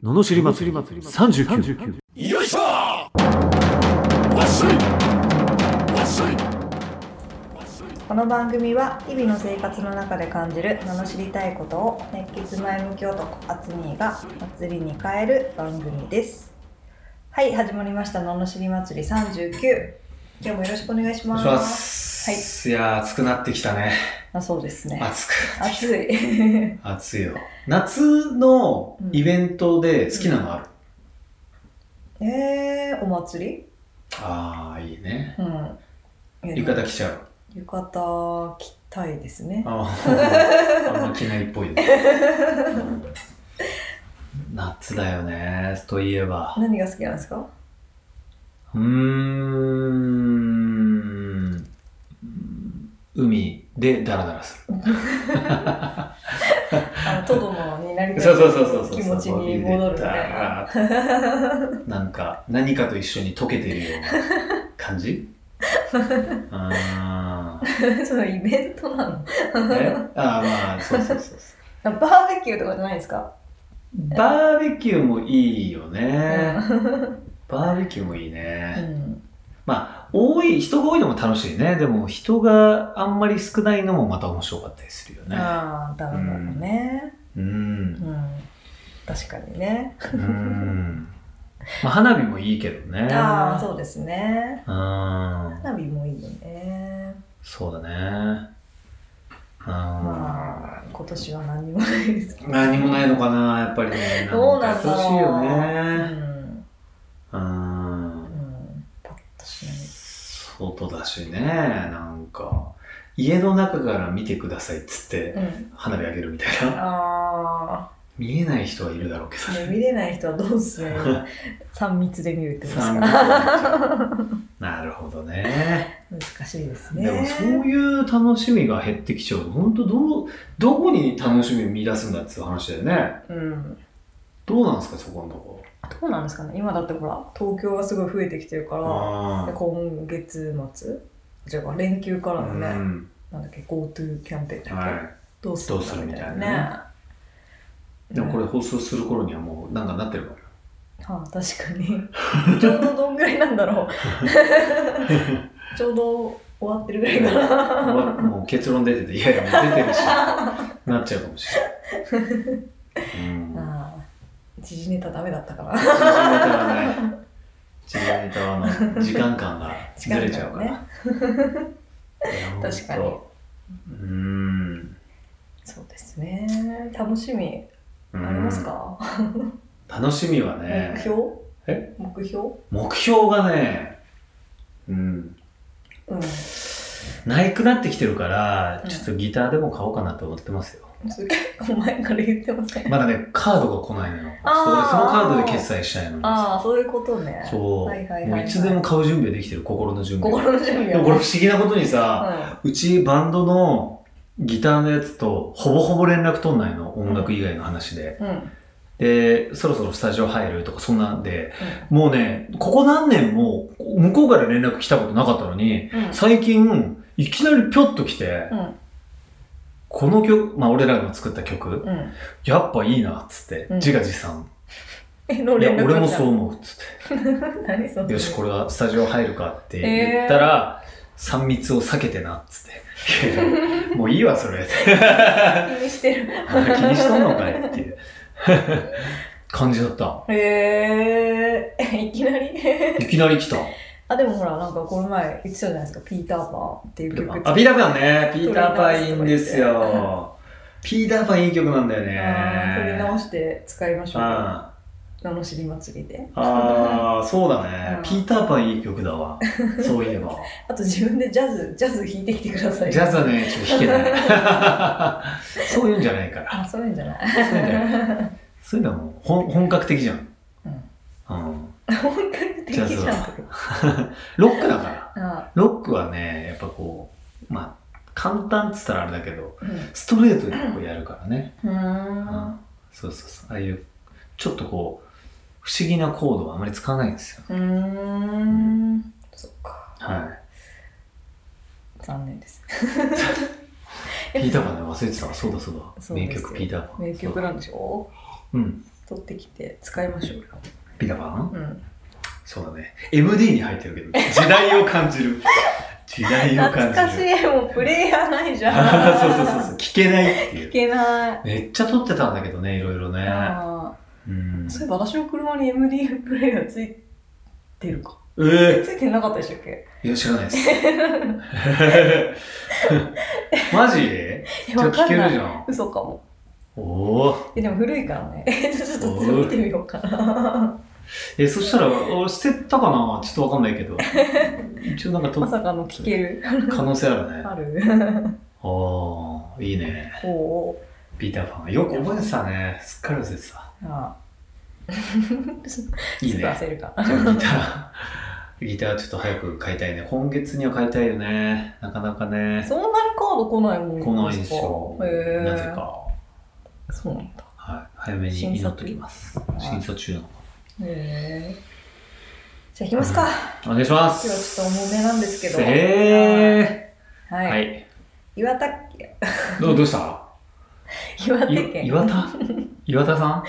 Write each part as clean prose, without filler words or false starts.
ののしり祭り39。 よいしょわっしょいわっしょい。 この番組は日々の生活の中で感じる罵りたいことを熱血前向き男あつみーが祭りに変える番組です。はい、始まりました罵り祭り39。今日もよろしくお願いします。 お願いします。はい。いやー、暑くなってきたね。 そうですね。 暑い。暑いよ。夏のイベントで好きなのある？ お祭り？ あー、いいね。 うん。 浴衣着ちゃう？ 浴衣着たいですね。 あんま着ないっぽいです。夏だよね、といえば。 何が好きなんですか？ 海でダラダラする。 トドのになりたい気持ちに戻るみたいな。 なんか何かと一緒に溶けてるような感じ。 そのイベントなの？ まあそう。 バーベキューとかじゃないですか？ バーベキューもいいよね。バーベキューもいいね。まあ人が多いのも楽しいね。でも人があんまり少ないのもまた面白かったりするよね。 なるほどね。確かにね。 まあ花火もいいけどね。 そうですね。花火もいいよね。 そうだね。 まあ今年は何もないですけど。 何もないのかな、やっぱりね。 どうなんだろう。 楽しいよね。外だしね、なんか家の中から見てくださいっつって花火あげるみたいな。見えない人はいるだろうけどね。見れない人はどうするの？3密で見るってことですか？ なるほどね。 難しいですね。 でもそういう楽しみが減ってきちゃうと、本当どこに楽しみを見出すんだっていう話だよね。どうなんですか、そこのとこ。 どうなんですかね。今だってほら東京がすごい増えてきてるから、今月末じゃあ連休からのね、なんだっけ GoTo キャンペーンだっけ、どうするみたいなね。 でもこれ放送する頃にはもうなんかなってるから。 確かに。ちょうどどんぐらいなんだろう。ちょうど終わってるぐらいかな。 もう結論出てて、いやもう出てるしなっちゃうかもしれない。 時事ネタダメだったかな。 時事ネタは時間感がずれちゃうから。 確かに。そうですね。楽しみありますか？ 楽しみはね。目標がね、ないくなってきてるから、ちょっとギターでも買おうかなと思ってますよ。 結構前から言ってますね。 まだね、カードが来ないのよ。そのカードで決済したいのに。 そういうことね。 そう。もういつでも買う準備ができてる、心の準備。 心の準備でもこれ不思議なことにさ、うちバンドのギターのやつとほぼほぼ連絡取んないの、音楽以外の話で。で、そろそろスタジオ入るとかそんなんで、もうね、ここ何年も向こうから連絡来たことなかったのに、最近いきなりぴょっと来て、この曲、まあ俺らが作った曲、やっぱいいなっつって、自画自賛。いや、俺もそう思うっつって。よし、これはスタジオ入るかって言ったら、3密を避けてなっつって。もういいわ、それ。 気にしてる。 気にしとんのかいっていう感じだった。 いきなりいきなり来た。 でもほら、なんかこの前言ってたじゃないですか、ピーターパンっていう曲。 ピーターパンね。ピーターパンいいんですよ。ピーターパンいい曲なんだよね。 取り直して使いましょうか。罵り祭りで。 そうだね。ピーターパンいい曲だわ。そういえば。 あと自分でジャズ弾いてきてください。 ジャズはね、ちょっと弾けない。そういうんじゃないから。 そういうんじゃない。 そういうのはもう本格的じゃん。 本格的じゃん。 ロックだから。ロックはね、やっぱこう、まあ、簡単っつったらあれだけど、ストレートでこうやるからね。そう。ああいう、ちょっとこう、不思議なコードはあまり使わないんですよ。 そっか。残念です。 ピーターパンね、忘れてたわ。そうだ。名曲ピーターパン。 名曲なんでしょ？ 取ってきて使いましょうよ。 ピタパン、 うん、 そうだね。MD に入ってるけど、時代を感じる。時代を感じる。 懐かしい。もうプレイヤーないじゃん。 そうそうそうそう。聞けないっていう。 聞けない。 めっちゃ撮ってたんだけどね、いろいろね。うん、 そういえば私の車に MD プレイヤーついてるか。ついてなかったでしたっけ？ いや、知らないです。マジ？じゃあ聞けるじゃん。 嘘かも。 おー。 でも古いからね。ちょっと見てみようかな。 そしたら、俺捨てたかなちょっとわかんないけど。一応なんかまさかの聞ける可能性あるね。 ある。 ああ、いいね。ピーターパン。よく覚えてたね。すっかり忘れてた。 ああ。 いいね。 焦るか。 じゃあギターちょっと早く買いたいね。今月には買いたいよね。なかなかね。 そんなにカード来ないもんですか？ 来ないでしょ。なぜか。 そうなんだ。 はい。早めに祈っときます。審査中なの。 じゃあ行きますか。 お願いします。 今日はちょっと重めなんですけど。 はい。 岩田どうした岩手県。 岩田さん岩田さん。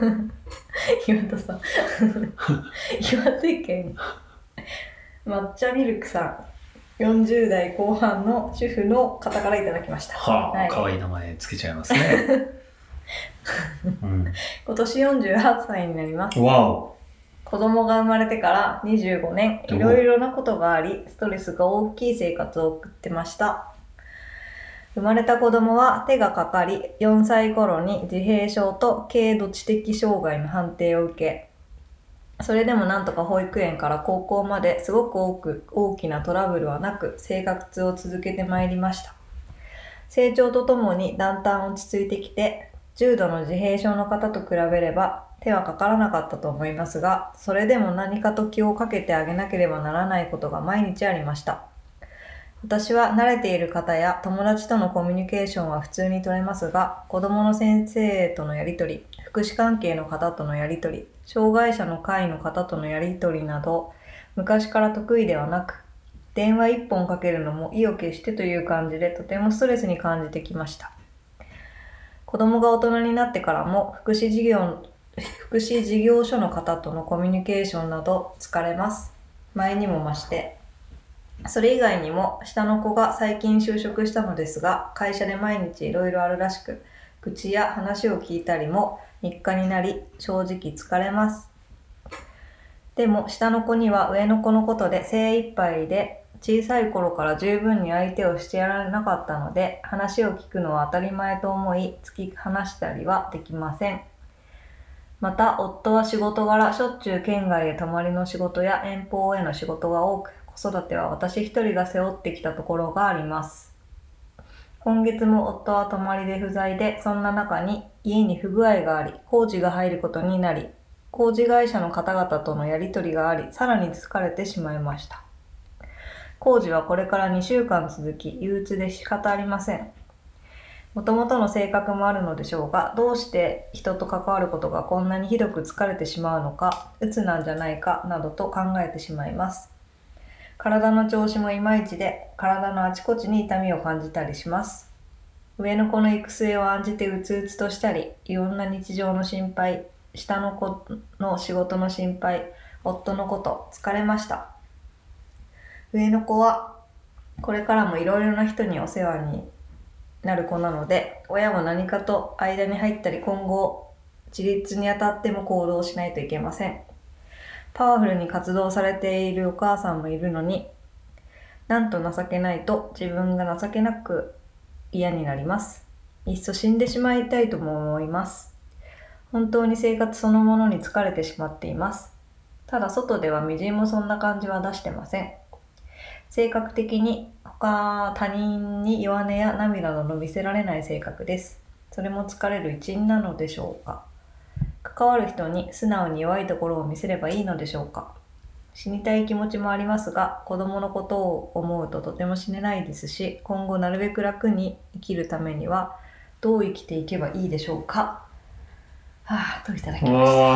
岩手県抹茶ミルクさん、40代後半の主婦の方からいただきました。 はあ、かわいい名前つけちゃいますね。うん、 今年48歳になります。 わお。 子供が生まれてから25年、いろいろなことがあり、ストレスが大きい生活を送ってました。生まれた子供は手がかかり、4歳頃に自閉症と軽度知的障害の判定を受け、それでもなんとか保育園から高校まですごく大きなトラブルはなく生活を続けてまいりました。成長とともにだんだん落ち着いてきて、重度の自閉症の方と比べれば手はかからなかったと思いますが、それでも何かと気をかけてあげなければならないことが毎日ありました。私は慣れている方や友達とのコミュニケーションは普通に取れますが、子供の先生とのやりとり、福祉関係の方とのやりとり、障害者の会の方とのやりとりなど、昔から得意ではなく、電話一本かけるのも意を決してという感じでとてもストレスに感じてきました。子供が大人になってからも福祉事業所の方とのコミュニケーションなど疲れます。前にも増して。それ以外にも下の子が最近就職したのですが、会社で毎日いろいろあるらしく、愚痴や話を聞いたりも日課になり、正直疲れます。でも下の子には上の子のことで精一杯で、小さい頃から十分に相手をしてやられなかったので、話を聞くのは当たり前と思い、突き放したりはできません。また、夫は仕事柄、しょっちゅう県外へ泊まりの仕事や遠方への仕事が多く、子育ては私一人が背負ってきたところがあります。今月も夫は泊まりで不在で、そんな中に家に不具合があり、工事が入ることになり、工事会社の方々とのやりとりがあり、さらに疲れてしまいました。工事はこれから2週間続き、憂鬱で仕方ありません。もともとの性格もあるのでしょうが、どうして人と関わることがこんなにひどく疲れてしまうのか、鬱なんじゃないかなどと考えてしまいます。体の調子もいまいちで、体のあちこちに痛みを感じたりします。上の子の行く末を案じてうつうつとしたり、いろんな日常の心配、下の子の仕事の心配、夫のこと、疲れました。上の子は、これからもいろいろな人にお世話になる子なので、親も何かと間に入ったり、今後、自立にあたっても行動しないといけません。パワフルに活動されているお母さんもいるのに、なんと情けないと自分が情けなく嫌になります。いっそ死んでしまいたいとも思います。本当に生活そのものに疲れてしまっています。ただ外ではみじんもそんな感じは出してません。性格的に他人に弱音や涙など見せられない性格です。それも疲れる一因なのでしょうか。関わる人に素直に弱いところを見せればいいのでしょうか。死にたい気持ちもありますが、子供のことを思うととても死ねないですし、今後なるべく楽に生きるためにはどう生きていけばいいでしょうか。といただきました。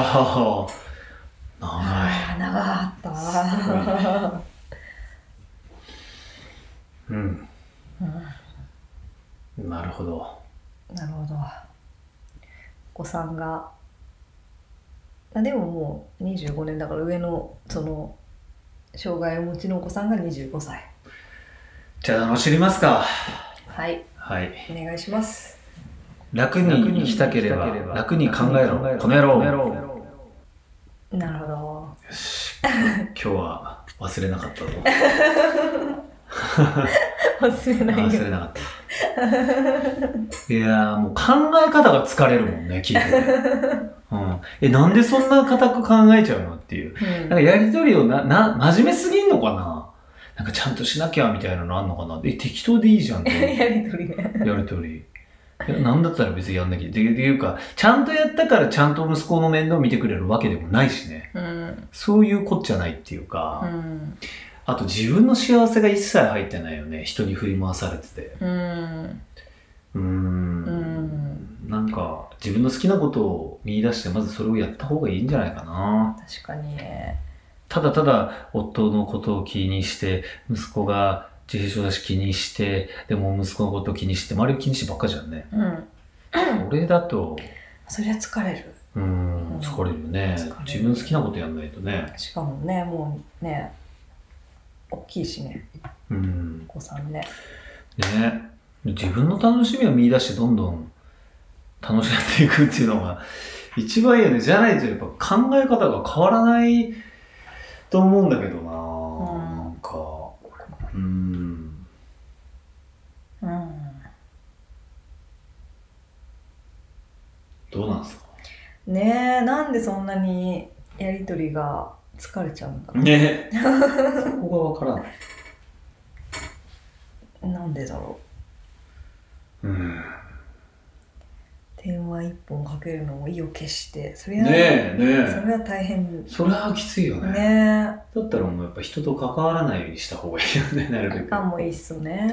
長かった。 なるほど。 なるほど。お子さんがでももう25年だから上のその障害をお持ちのお子さんが25歳。 じゃあ知りますか。 はい、 はい、 お願いします。 楽に生きたければ楽に考えろこの野郎。 なるほど。 よし、今日は忘れなかったぞ。 忘れないよ。 忘れなかった。いやもう考え方が疲れるもんね、聞いてて。なんでそんな固く考えちゃうのっていう。なんかやりとりを真面目すぎんのかな。なんかちゃんとしなきゃみたいなのあんのかな。適当でいいじゃんって。 やりとりね。 やりとり。なんだったら別にやんなきゃっていうか、ちゃんとやったからちゃんと息子の面倒見てくれるわけでもないしね。そういうこっちゃないっていうか。あと自分の幸せが一切入ってないよね。人に振り回されてて。なんか自分の好きなことを見出してまずそれをやった方がいいんじゃないかな。 確かにね。 ただただ夫のことを気にして息子が自閉症だし気にしてでも息子のことを気にして周りを気にしてばっかじゃんね。それだとそりゃ疲れる。 疲れるよね。自分好きなことやんないとね。 しかもねもうね大きいしね。お子さんね。 ね、自分の楽しみを見出してどんどん楽しんでいくっていうのが一番いいよね。じゃないとやっぱ考え方が変わらないと思うんだけどな。なんかどうなんですかね。なんでそんなにやりとりが疲れちゃうんだろうね。そこがわからない。 なんでだろう。電話一本かけるのも意を決してそれは大変。 それはきついよね。だったらもうやっぱ人と関わらないようにした方がいいよね。なるべく。 もういいっすね。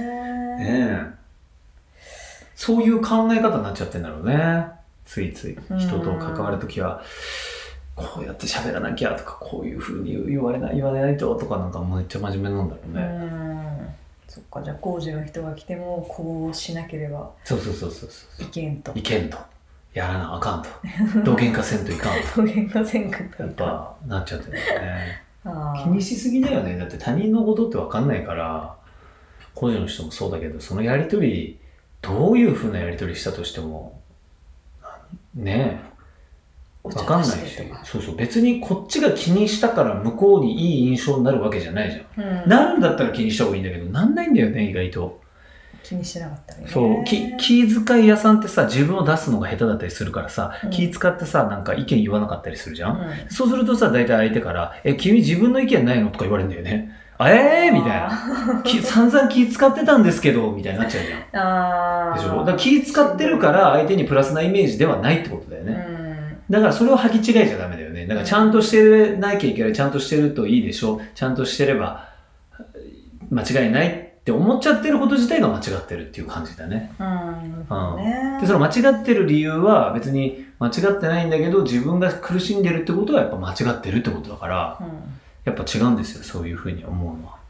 そういう考え方になっちゃってんだろうね。ついつい人と関わるときはこうやって喋らなきゃとかこういう風に言われないととかなんかめっちゃ真面目なんだろうね。 そっか。じゃあ工事の人が来てもこうしなければいけんとやらなあかんとどげんかせんといかんとどげんかせんかとやっぱなっちゃってるんだよね。気にしすぎだよね。だって他人のことって分かんないから工事の人もそうだけどそのやりとりどういう風なやりとりしたとしてもねえ分かんないし、別にこっちが気にしたから向こうにいい印象になるわけじゃないじゃん。なるんだったら気にした方がいいんだけどなんないんだよね意外と。 気にしてなかったね。 そう気遣い屋さんってさ自分を出すのが下手だったりするからさ、気遣ってさなんか意見言わなかったりするじゃん。そうするとさ大体相手から君自分の意見ないのとか言われるんだよね。みたいな散々気使ってたんですけどみたいになっちゃうじゃん。でしょ。だから気使ってるから相手にプラスなイメージではないってことだよね。だからそれを履き違えちゃダメだよね。だからちゃんとしてなきゃいけない。ちゃんとしてるといいでしょ。ちゃんとしてれば間違いないって思っちゃってること自体が間違ってるっていう感じだね。でその間違ってる理由は別に間違ってないんだけど自分が苦しんでるってことはやっぱ間違ってるってことだから、やっぱ違うんですよ。そういうふうに思うのは。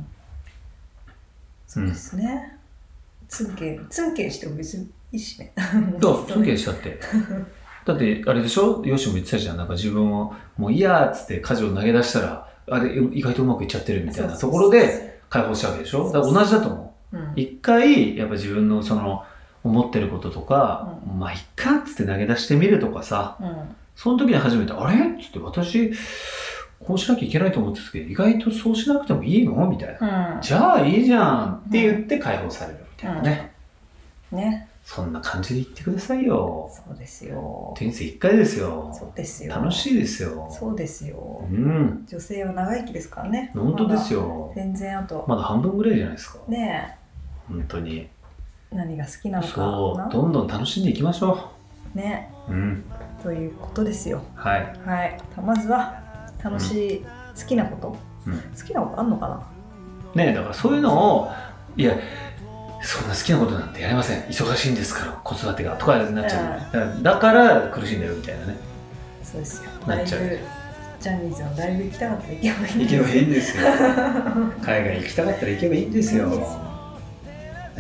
そうですね。ツンケンしても別にいいしね。 ツンケンしちゃって。だってあれでしょ、ヨシも言ってたじゃん。なんか自分をもういいやっつって舵を投げ出したらあれ意外とうまくいっちゃってるみたいなところで解放したわけでしょ。だから同じだと思う。一回やっぱ自分のその思ってることとか、まあいっかっつって投げ出してみるとかさ、その時に初めてあれっつって私こうしなきゃいけないと思ってたけど意外とそうしなくてもいいのみたいな、じゃあいいじゃんって言って解放されるみたいなね。そんな感じで言ってくださいよ。 そうですよ。 人生一回ですよ。 そうですよ。 楽しいですよ。 そうですよ。女性は長生きですからね。 本当ですよ。 全然あとまだ半分ぐらいじゃないですか。 ねえ。本当に。 何が好きなのか。 そう。どんどん楽しんでいきましょう。ね。ということですよ。 はい。 はい。まずは楽しい、好きなこと。好きなことあんのかな。 ねえ、だからそういうのをいや。そんな好きなことなんてやれません。忙しいんですから子育てがとかになっちゃう。だから苦しんでるみたいなね。 そうですよ。 なっちゃう。 ジャニーズのライブ行きたかったら行けばいいんですよ。 行けばいいんですよ。海外行きたかったら行けばいいんですよ。ね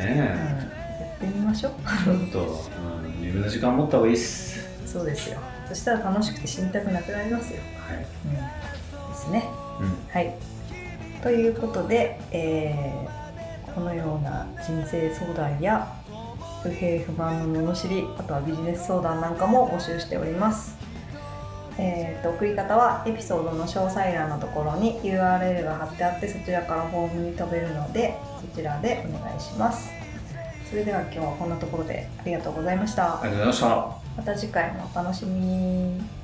え。やってみましょう。 ちょっと自分の時間持った方がいいです。 そうですよ。 そしたら楽しくて死にたくなくなりますよ。 はい。 ですね。 うん。 はい。ということで、このような人生相談や不平不満の罵り、あとはビジネス相談なんかも募集しております。送り方はエピソードの詳細欄のところに URL が貼ってあって、そちらからフォームに飛べるので、そちらでお願いします。それでは今日はこんなところでありがとうございました。 ありがとうございました。 また次回もお楽しみに。